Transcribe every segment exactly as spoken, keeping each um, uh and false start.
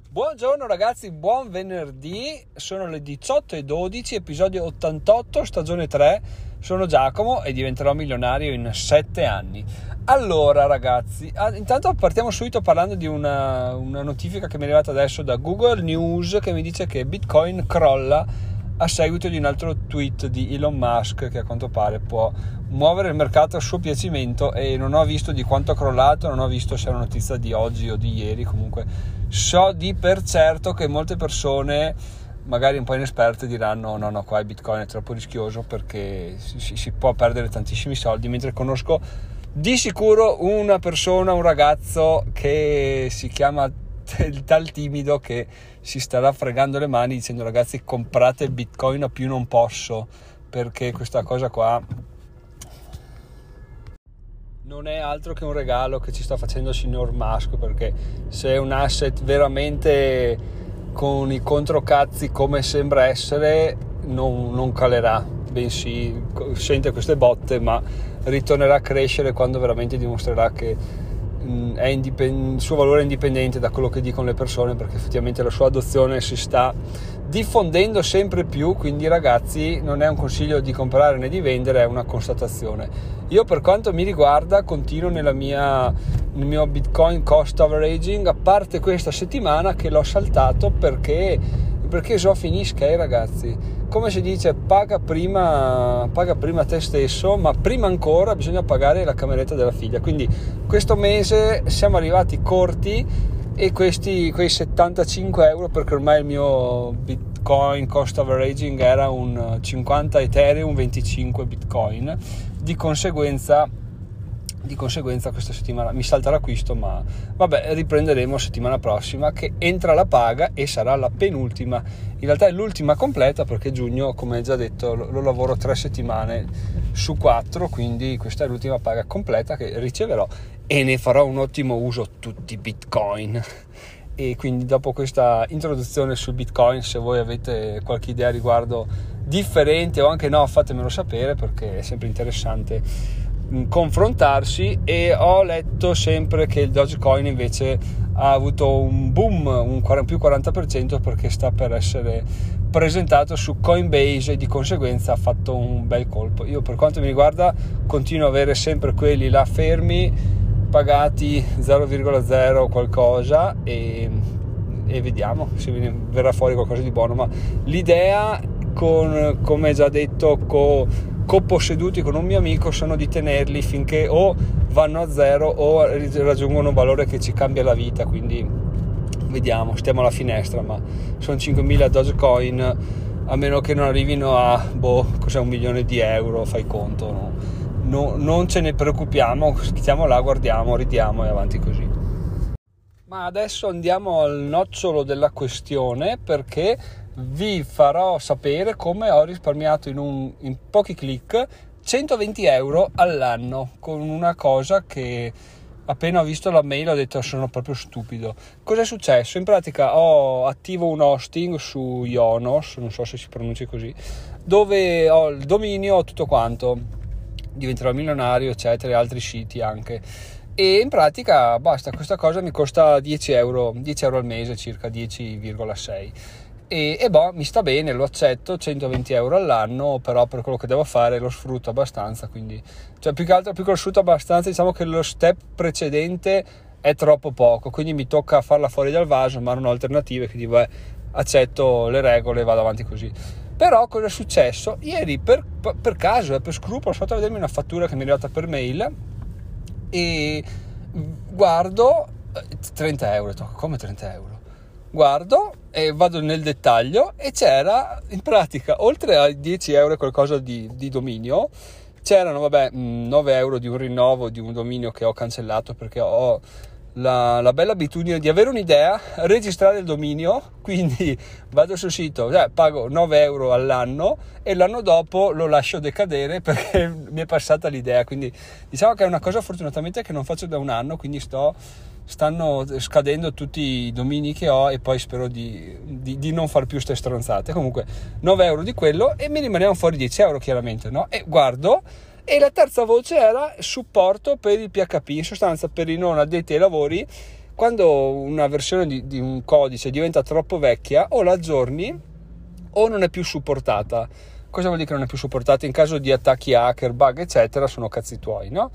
Buongiorno ragazzi, buon venerdì, sono le diciotto e dodici, episodio ottantotto, stagione tre, sono Giacomo e diventerò milionario in sette anni. Allora ragazzi, ah, intanto partiamo subito parlando di una, una notifica che mi è arrivata adesso da Google News che mi dice che Bitcoin crolla a seguito di un altro tweet di Elon Musk che a quanto pare può muovere il mercato a suo piacimento, e non ho visto di quanto ha crollato, non ho visto se è una notizia di oggi o di ieri. Comunque so di per certo che molte persone magari un po' inesperte diranno no no qua il Bitcoin è troppo rischioso perché si, si può perdere tantissimi soldi, mentre conosco di sicuro una persona, un ragazzo che si chiama il tal timido, che si starà fregando le mani dicendo ragazzi comprate Bitcoin a più non posso, perché questa cosa qua non è altro che un regalo che ci sta facendo il signor Musk, perché se è un asset veramente con i controcazzi come sembra essere non, non calerà, bensì sente queste botte ma ritornerà a crescere quando veramente dimostrerà che è indipend- il suo valore è indipendente da quello che dicono le persone, perché effettivamente la sua adozione si sta diffondendo sempre più. Quindi ragazzi, non è un consiglio di comprare né di vendere, è una constatazione. Io per quanto mi riguarda continuo nella mia, nel mio Bitcoin cost averaging, a parte questa settimana che l'ho saltato perché perché so finisca eh, ragazzi, come si dice, paga prima paga prima te stesso, ma prima ancora bisogna pagare la cameretta della figlia. Quindi questo mese siamo arrivati corti, e questi quei settantacinque euro, perché ormai il mio Bitcoin cost averaging era un cinquanta Ethereum, venticinque Bitcoin, di conseguenza di conseguenza questa settimana mi salta l'acquisto, ma vabbè, riprenderemo settimana prossima che entra la paga e sarà la penultima, in realtà è l'ultima completa, perché giugno, come già detto, lo, lo lavoro tre settimane su quattro, quindi questa è l'ultima paga completa che riceverò e ne farò un ottimo uso tutti i Bitcoin. E quindi dopo questa introduzione sul Bitcoin, se voi avete qualche idea a riguardo differente o anche no, fatemelo sapere, perché è sempre interessante confrontarsi. E ho letto sempre che il Dogecoin invece ha avuto un boom, un più quaranta per cento, perché sta per essere presentato su Coinbase e di conseguenza ha fatto un bel colpo. Io per quanto mi riguarda continuo a avere sempre quelli là fermi, pagati zero virgola zero qualcosa, e, e vediamo se verrà fuori qualcosa di buono. Ma l'idea, con, come già detto, con coposseduti con un mio amico, sono di tenerli finché o vanno a zero o raggiungono un valore che ci cambia la vita. Quindi vediamo, stiamo alla finestra, ma sono cinquemila Dogecoin, a meno che non arrivino a boh, cos'è, un milione di euro, fai conto, no? No, non ce ne preoccupiamo, stiamo là, guardiamo, ridiamo e avanti così. Ma adesso andiamo al nocciolo della questione, perché vi farò sapere come ho risparmiato in, un, in pochi click centoventi euro all'anno, con una cosa che appena ho visto la mail ho detto sono proprio stupido. Cos'è successo? In pratica ho attivo un hosting su Ionos, non so se si pronuncia così, dove ho il dominio, ho tutto quanto, diventerò milionario eccetera, e altri siti anche. E in pratica basta, questa cosa mi costa dieci euro, dieci euro al mese, circa dieci virgola sei. E, e boh, mi sta bene, lo accetto, centoventi euro all'anno, però per quello che devo fare lo sfrutto abbastanza, quindi cioè più che altro più che lo sfrutto abbastanza, diciamo che lo step precedente è troppo poco, quindi mi tocca farla fuori dal vaso, ma non ho alternative, quindi beh, accetto le regole e vado avanti così. Però cosa è successo? Ieri per, per caso, eh, per scrupolo, sono andato a vedermi una fattura che mi è arrivata per mail e guardo trenta euro, come trenta euro? Guardo e vado nel dettaglio e c'era in pratica, oltre ai dieci euro e qualcosa di, di dominio, c'erano vabbè nove euro di un rinnovo di un dominio che ho cancellato, perché ho la, la bella abitudine di avere un'idea, registrare il dominio, quindi vado sul sito, cioè, pago nove euro all'anno e l'anno dopo lo lascio decadere perché mi è passata l'idea. Quindi diciamo che è una cosa fortunatamente che non faccio da un anno, quindi sto stanno scadendo tutti i domini che ho e poi spero di, di, di non far più ste stronzate. Comunque nove euro di quello e mi rimanevano fuori dieci euro chiaramente, no? E guardo, e la terza voce era supporto per il P H P, in sostanza per i non addetti ai lavori quando una versione di, di un codice diventa troppo vecchia, o la aggiorni o non è più supportata. Cosa vuol dire che non è più supportata? In caso di attacchi hacker, bug eccetera, sono cazzi tuoi, no?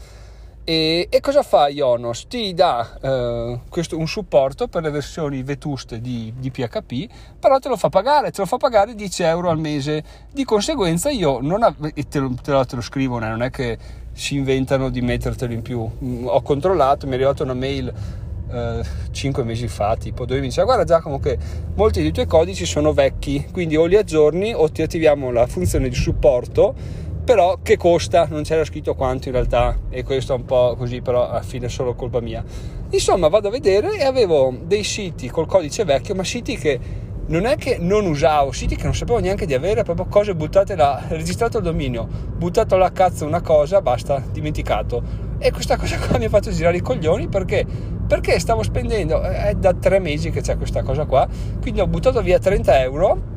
E, e cosa fa Ionos? Ti dà eh, questo, un supporto per le versioni vetuste di, di P H P, però te lo fa pagare, te lo fa pagare dieci euro al mese. Di conseguenza io non ave- te, lo, te, lo, te lo scrivo, non è che si inventano di mettertelo in più. Mm, ho controllato, mi è arrivata una mail eh, cinque mesi fa, tipo, dove mi diceva: guarda Giacomo, che molti dei tuoi codici sono vecchi, quindi o li aggiorni o ti attiviamo la funzione di supporto, però che costa, non c'era scritto quanto in realtà, e questo è un po' così, però alla fine è solo colpa mia. Insomma, vado a vedere e avevo dei siti col codice vecchio, ma siti che non è che non usavo, siti che non sapevo neanche di avere, proprio cose buttate là, registrato il dominio, buttato là cazzo una cosa, basta, dimenticato. E questa cosa qua mi ha fatto girare i coglioni, perché perché stavo spendendo, è da tre mesi che c'è questa cosa qua, quindi ho buttato via trenta euro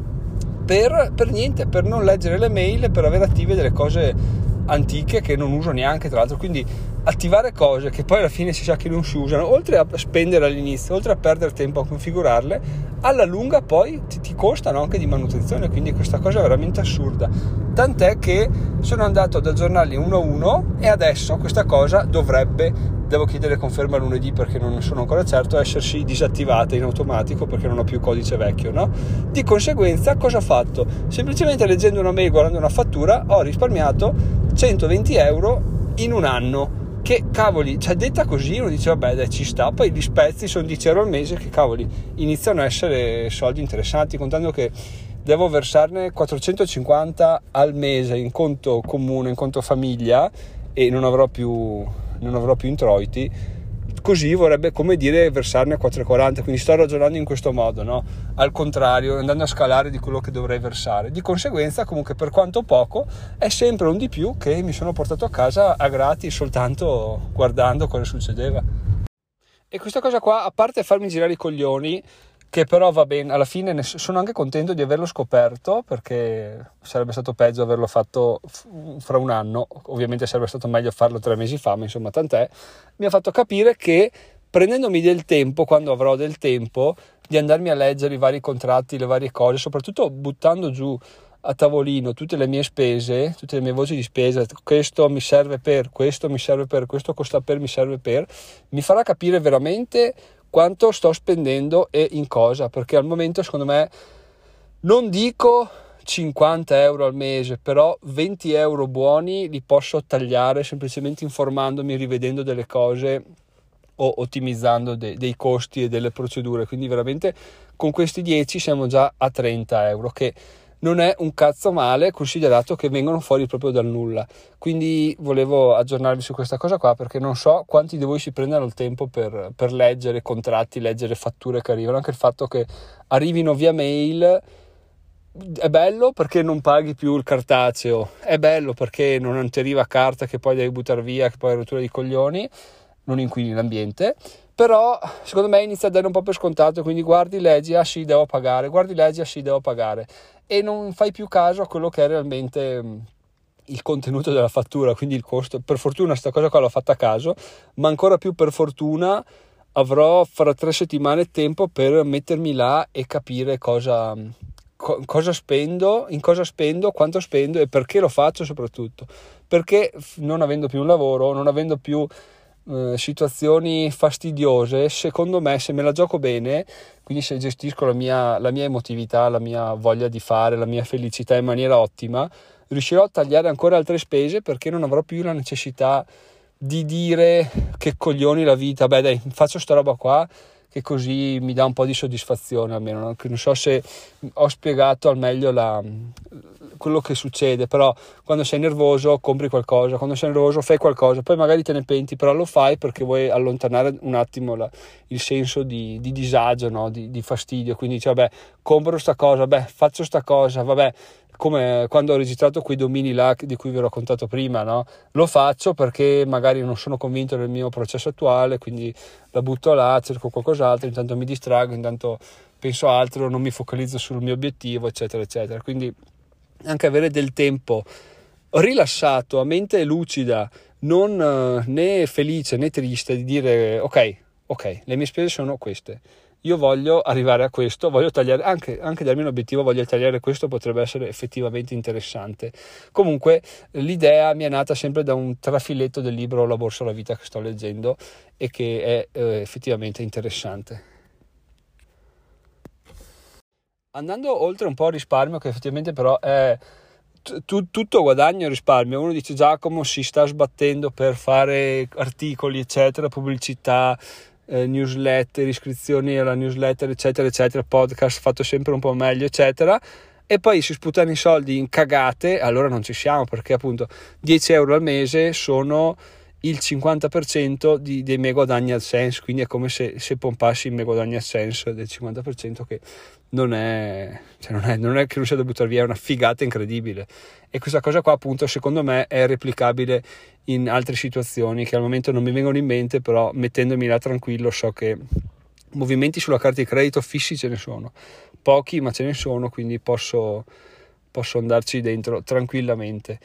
Per, per niente, per non leggere le mail, per avere attive delle cose antiche che non uso neanche, tra l'altro. Quindi attivare cose che poi alla fine si sa che non si usano, oltre a spendere all'inizio, oltre a perdere tempo a configurarle, alla lunga poi ti, ti costano anche di manutenzione, quindi questa cosa è veramente assurda. Tant'è che sono andato ad aggiornarli uno a uno e adesso questa cosa dovrebbe, devo chiedere conferma lunedì perché non ne sono ancora certo, essersi disattivata in automatico perché non ho più codice vecchio, no? Di conseguenza cosa ho fatto? Semplicemente leggendo una mail, guardando una fattura, ho risparmiato centoventi euro in un anno. Che cavoli, cioè detta così uno dice vabbè dai, ci sta, poi gli spezzi sono dieci euro al mese, che cavoli, iniziano a essere soldi interessanti, contando che devo versarne quattrocentocinquanta al mese in conto comune, in conto famiglia, e non avrò più non avrò più introiti. Così vorrebbe, come dire, versarne quattro e quaranta, quindi sto ragionando in questo modo, no? Al contrario, andando a scalare di quello che dovrei versare. Di conseguenza, comunque, per quanto poco, è sempre un di più che mi sono portato a casa a gratis, soltanto guardando cosa succedeva. E questa cosa qua, a parte farmi girare i coglioni, che però va bene, alla fine ne sono anche contento di averlo scoperto, perché sarebbe stato peggio averlo fatto fra un anno, ovviamente sarebbe stato meglio farlo tre mesi fa, ma insomma tant'è. Mi ha fatto capire che prendendomi del tempo, quando avrò del tempo, di andarmi a leggere i vari contratti, le varie cose, soprattutto buttando giù a tavolino tutte le mie spese, tutte le mie voci di spesa, questo mi serve per, questo mi serve per, questo costa per, mi serve per, mi farà capire veramente quanto sto spendendo e in cosa, perché al momento secondo me, non dico cinquanta euro al mese, però venti euro buoni li posso tagliare semplicemente informandomi, rivedendo delle cose o ottimizzando de- dei costi e delle procedure. Quindi veramente con questi dieci siamo già a trenta euro, che non è un cazzo male, considerato che vengono fuori proprio dal nulla. Quindi volevo aggiornarvi su questa cosa qua, perché non so quanti di voi si prendano il tempo per, per leggere contratti, leggere fatture che arrivano. Anche il fatto che arrivino via mail è bello, perché non paghi più il cartaceo, è bello perché non ti arriva carta che poi devi buttare via, che poi è rottura di coglioni, non inquini l'ambiente. Però secondo me inizia a dare un po' per scontato, quindi guardi, leggi, ah sì devo pagare, guardi, leggi, ah sì devo pagare, e non fai più caso a quello che è realmente il contenuto della fattura, quindi il costo. Per fortuna sta cosa qua l'ho fatta a caso, ma ancora più per fortuna avrò fra tre settimane tempo per mettermi là e capire cosa, co- cosa spendo, in cosa spendo, quanto spendo e perché lo faccio, soprattutto perché non avendo più un lavoro, non avendo più eh, situazioni fastidiose, secondo me, se me la gioco bene, quindi se gestisco la mia, la mia emotività, la mia voglia di fare, la mia felicità in maniera ottima, riuscirò a tagliare ancora altre spese, perché non avrò più la necessità di dire che coglioni la vita, beh dai, faccio sta roba qua che così mi dà un po' di soddisfazione, almeno. Non, non so se ho spiegato al meglio la, quello che succede, però quando sei nervoso compri qualcosa, quando sei nervoso fai qualcosa, poi magari te ne penti, però lo fai perché vuoi allontanare un attimo la, il senso di, di disagio, no? di, di fastidio. Quindi dici vabbè, compro sta cosa, beh faccio sta cosa, vabbè, come quando ho registrato quei domini là di cui vi ho raccontato prima, no? Lo faccio perché magari non sono convinto del mio processo attuale, quindi la butto là, cerco qualcos'altro, intanto mi distraggo, intanto penso a altro, non mi focalizzo sul mio obiettivo, eccetera eccetera. Quindi anche avere del tempo rilassato, a mente lucida, non né felice né triste, di dire ok, ok, le mie spese sono queste, io voglio arrivare a questo, voglio tagliare, anche, anche darmi un obiettivo, voglio tagliare questo, potrebbe essere effettivamente interessante. Comunque l'idea mi è nata sempre da un trafiletto del libro La Borsa o la Vita che sto leggendo e che è eh, effettivamente interessante. Andando oltre un po' al risparmio, che effettivamente però è t- tutto guadagno e risparmio. Uno dice: Giacomo si sta sbattendo per fare articoli eccetera, pubblicità, eh, newsletter, iscrizioni alla newsletter eccetera eccetera, podcast fatto sempre un po' meglio eccetera, e poi si sputano i soldi in cagate. Allora non ci siamo, perché appunto dieci euro al mese sono il cinquanta per cento di, dei miei guadagni AdSense, quindi è come se, se pompassi i miei guadagni AdSense del cinquanta per cento, che non è, cioè non è, non è che non sia da buttare via, è una figata incredibile. E questa cosa qua appunto secondo me è replicabile in altre situazioni che al momento non mi vengono in mente, però mettendomi là tranquillo so che movimenti sulla carta di credito fissi ce ne sono, pochi ma ce ne sono, quindi posso, posso andarci dentro tranquillamente.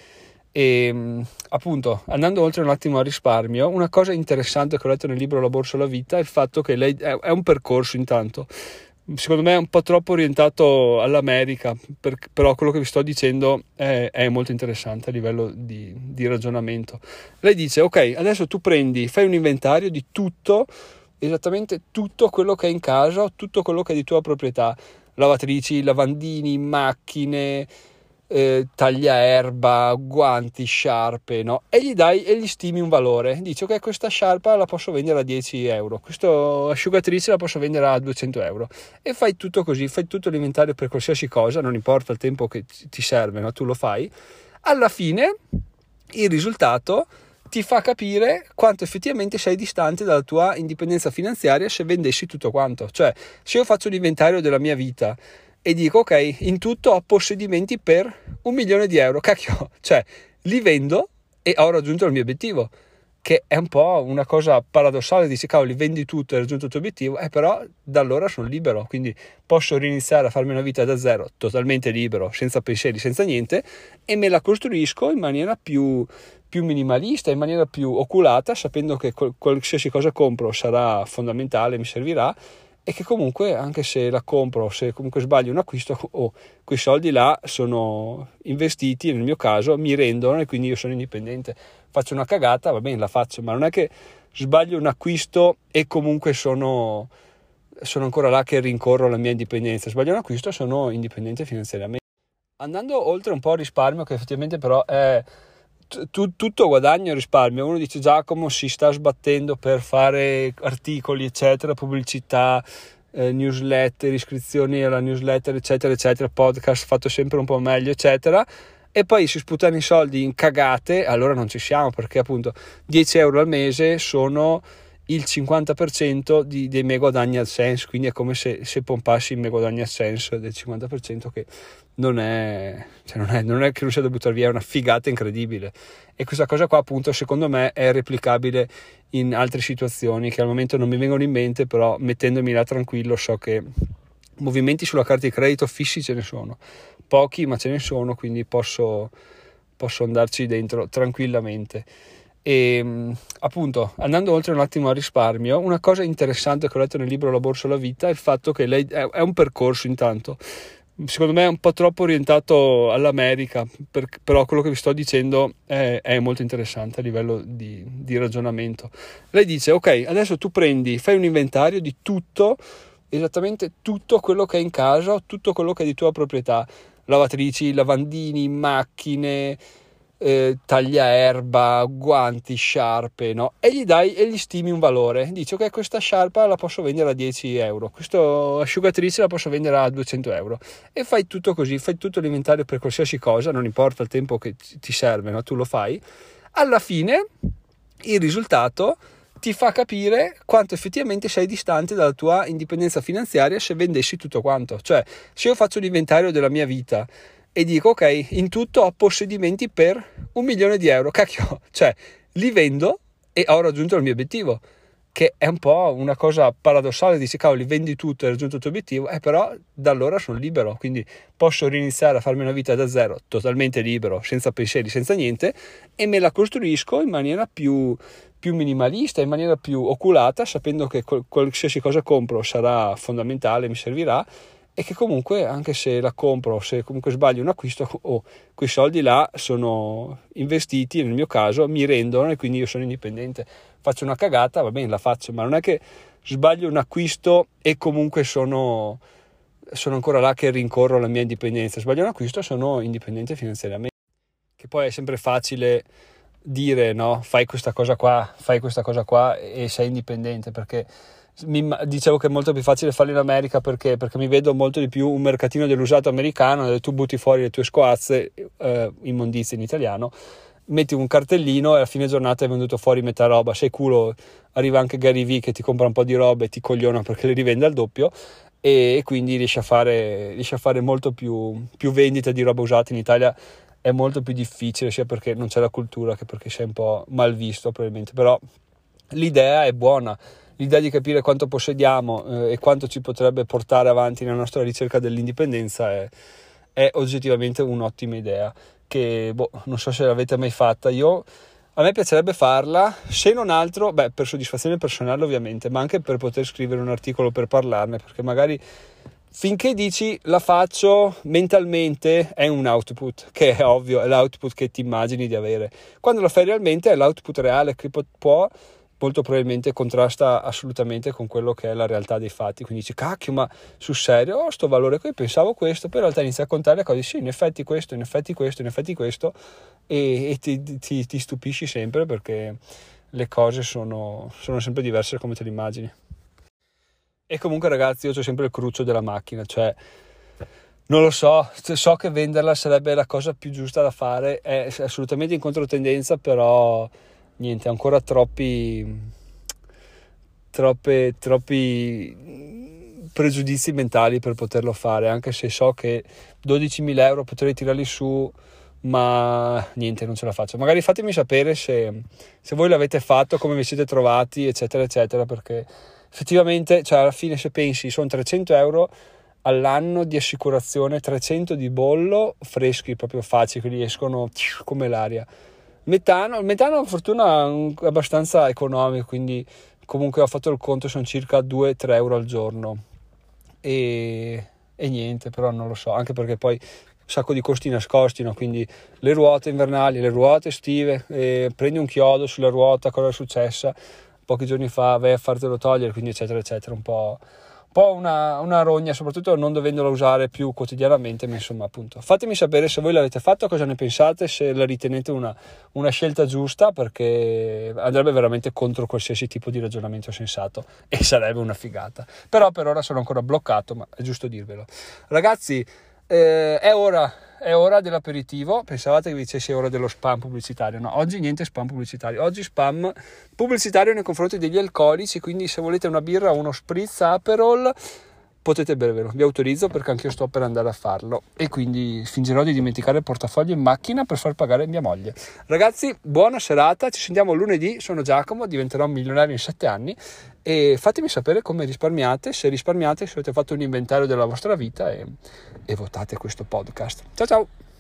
E appunto, andando oltre un attimo al risparmio, una cosa interessante che ho letto nel libro La Borsa o la Vita è il fatto che lei è, è un percorso, intanto secondo me è un po' troppo orientato all'America, per, però quello che vi sto dicendo è, è molto interessante a livello di, di ragionamento. Lei dice: ok, adesso tu prendi, fai un inventario di tutto, esattamente tutto quello che è in casa, tutto quello che è di tua proprietà, lavatrici, lavandini, macchine, Eh, tagliaerba, guanti, sciarpe, no? E gli dai e gli stimi un valore. Dici: ok, questa sciarpa la posso vendere a dieci euro, questa asciugatrice la posso vendere a duecento euro, e fai tutto così, fai tutto l'inventario per qualsiasi cosa, non importa il tempo che ti serve, no? Tu lo fai. Alla fine il risultato ti fa capire quanto effettivamente sei distante dalla tua indipendenza finanziaria se vendessi tutto quanto. Cioè, se io faccio l'inventario della mia vita e dico: ok, in tutto ho possedimenti per un milione di euro, cacchio, cioè li vendo e ho raggiunto il mio obiettivo, che è un po' una cosa paradossale. Dici: cavoli, vendi tutto e hai raggiunto il tuo obiettivo, eh, però da allora sono libero, quindi posso riniziare a farmi una vita da zero, totalmente libero, senza pensieri, senza niente, e me la costruisco in maniera più, più minimalista, in maniera più oculata, sapendo che qualsiasi cosa compro sarà fondamentale, mi servirà, e che comunque anche se la compro, se comunque sbaglio un acquisto, oh, quei soldi là sono investiti, nel mio caso mi rendono, e quindi io sono indipendente. Faccio una cagata, va bene, la faccio, ma non è che sbaglio un acquisto e comunque sono, sono ancora là che rincorro la mia indipendenza. Sbaglio un acquisto, sono indipendente finanziariamente. Andando oltre un po' al risparmio, che effettivamente però è t- tutto guadagno e risparmio. Uno dice: Giacomo si sta sbattendo per fare articoli eccetera, pubblicità, eh, newsletter, iscrizioni alla newsletter eccetera eccetera, podcast fatto sempre un po' meglio eccetera, e poi si sputano i soldi in cagate. Allora non ci siamo, perché appunto dieci euro al mese sono il cinquanta per cento di, dei miei guadagni AdSense, quindi è come se, se pompassi i miei guadagni AdSense del cinquanta per cento, che non è, cioè non è, non è che non sia da buttare via, è una figata incredibile. E questa cosa qua appunto secondo me è replicabile in altre situazioni che al momento non mi vengono in mente, però mettendomi là tranquillo so che movimenti sulla carta di credito fissi ce ne sono, pochi ma ce ne sono, quindi posso, posso andarci dentro tranquillamente. E appunto, andando oltre un attimo al risparmio, una cosa interessante che ho letto nel libro La Borsa o la Vita è il fatto che lei è, è un percorso, intanto secondo me è un po' troppo orientato all'America, per, però quello che vi sto dicendo è, è molto interessante a livello di, di ragionamento. Lei dice: ok, adesso tu prendi, fai un inventario di tutto, esattamente tutto quello che è in casa, tutto quello che è di tua proprietà, lavatrici, lavandini, macchine, eh, tagliaerba, guanti, sciarpe, no? E gli dai e gli stimi un valore. Dici: ok, questa sciarpa la posso vendere a dieci euro, questa asciugatrice la posso vendere a duecento euro, e fai tutto così, fai tutto l'inventario per qualsiasi cosa, non importa il tempo che ti serve, no? Tu lo fai. Alla fine il risultato ti fa capire quanto effettivamente sei distante dalla tua indipendenza finanziaria se vendessi tutto quanto. Cioè, se io faccio l'inventario della mia vita e dico: ok, in tutto ho possedimenti per un milione di euro, cacchio, cioè li vendo e ho raggiunto il mio obiettivo, che è un po' una cosa paradossale, dici cavoli, vendi tutto, hai raggiunto il tuo obiettivo, eh, però da allora sono libero, quindi posso riniziare a farmi una vita da zero, totalmente libero, senza pensieri, senza niente, e me la costruisco in maniera più, più minimalista, in maniera più oculata, sapendo che qual- qualsiasi cosa compro sarà fondamentale, mi servirà, e che comunque anche se la compro, se comunque sbaglio un acquisto, oh, quei soldi là sono investiti, nel mio caso mi rendono, e quindi io sono indipendente. Faccio una cagata, va bene, la faccio, ma non è che sbaglio un acquisto e comunque sono, sono ancora là che rincorro la mia indipendenza. Sbaglio un acquisto, sono indipendente finanziariamente. Che poi è sempre facile dire, no, fai questa cosa qua, fai questa cosa qua e sei indipendente, perché mi, dicevo che è molto più facile farlo in America, perché, perché mi vedo molto di più un mercatino dell'usato americano dove tu butti fuori le tue scoazze, eh, immondizie in italiano, metti un cartellino e a fine giornata hai venduto fuori metà roba, sei culo, arriva anche Gary Vee che ti compra un po' di roba e ti cogliona perché le rivende al doppio, e quindi riesci a fare, riesci a fare molto più, più vendita di roba usata. In Italia è molto più difficile, sia perché non c'è la cultura che perché sei un po' mal visto probabilmente, però l'idea è buona, l'idea di capire quanto possediamo eh, e quanto ci potrebbe portare avanti nella nostra ricerca dell'indipendenza è, è oggettivamente un'ottima idea, che boh, non so se l'avete mai fatta. Io, a me piacerebbe farla, se non altro, beh, per soddisfazione personale ovviamente, ma anche per poter scrivere un articolo per parlarne, perché magari finché dici la faccio mentalmente è un output, che è ovvio, è l'output che ti immagini di avere. Quando lo fai realmente è l'output reale, che può, molto probabilmente contrasta assolutamente con quello che è la realtà dei fatti. Quindi dici, cacchio, ma sul serio, ho sto valore qui, pensavo questo, poi in realtà inizi a contare le cose, sì, in effetti questo, in effetti questo, in effetti questo, e, e ti, ti, ti stupisci sempre, perché le cose sono, sono sempre diverse come te le immagini. E comunque ragazzi, io ho sempre il cruccio della macchina, cioè non lo so, so che venderla sarebbe la cosa più giusta da fare, è assolutamente in controtendenza, però niente, ancora troppi troppe, troppi pregiudizi mentali per poterlo fare, anche se so che dodicimila euro potrei tirarli su, ma niente, non ce la faccio. Magari fatemi sapere se, se voi l'avete fatto, come vi siete trovati, eccetera eccetera, perché effettivamente, cioè alla fine, se pensi, sono trecento euro all'anno di assicurazione, trecento di bollo freschi, proprio facili, che escono come l'aria. Metano, il metano per fortuna è abbastanza economico, quindi comunque ho fatto il conto, sono circa due tre euro al giorno, e, e niente, però non lo so, anche perché poi un sacco di costi nascosti, no? Quindi le ruote invernali, le ruote estive, e prendi un chiodo sulla ruota, cosa è successa pochi giorni fa, vai a fartelo togliere, quindi eccetera eccetera, un po', un po' una, una rogna, soprattutto non dovendola usare più quotidianamente, ma insomma, appunto, fatemi sapere se voi l'avete fatto, cosa ne pensate, se la ritenete una, una scelta giusta, perché andrebbe veramente contro qualsiasi tipo di ragionamento sensato e sarebbe una figata. Però per ora sono ancora bloccato, ma è giusto dirvelo. Ragazzi, eh, è ora è ora dell'aperitivo. Pensavate che vi dicessi ora dello spam pubblicitario? No, oggi niente spam pubblicitario, oggi spam pubblicitario nei confronti degli alcolici, quindi se volete una birra o uno spritz Aperol potete bervelo, vi autorizzo, perché anche io sto per andare a farlo, e quindi fingerò di dimenticare il portafoglio in macchina per far pagare mia moglie. Ragazzi, buona serata, ci sentiamo lunedì. Sono Giacomo, diventerò un milionario in sette anni, e fatemi sapere come risparmiate, se risparmiate, se avete fatto un inventario della vostra vita, e, e votate questo podcast. Ciao ciao!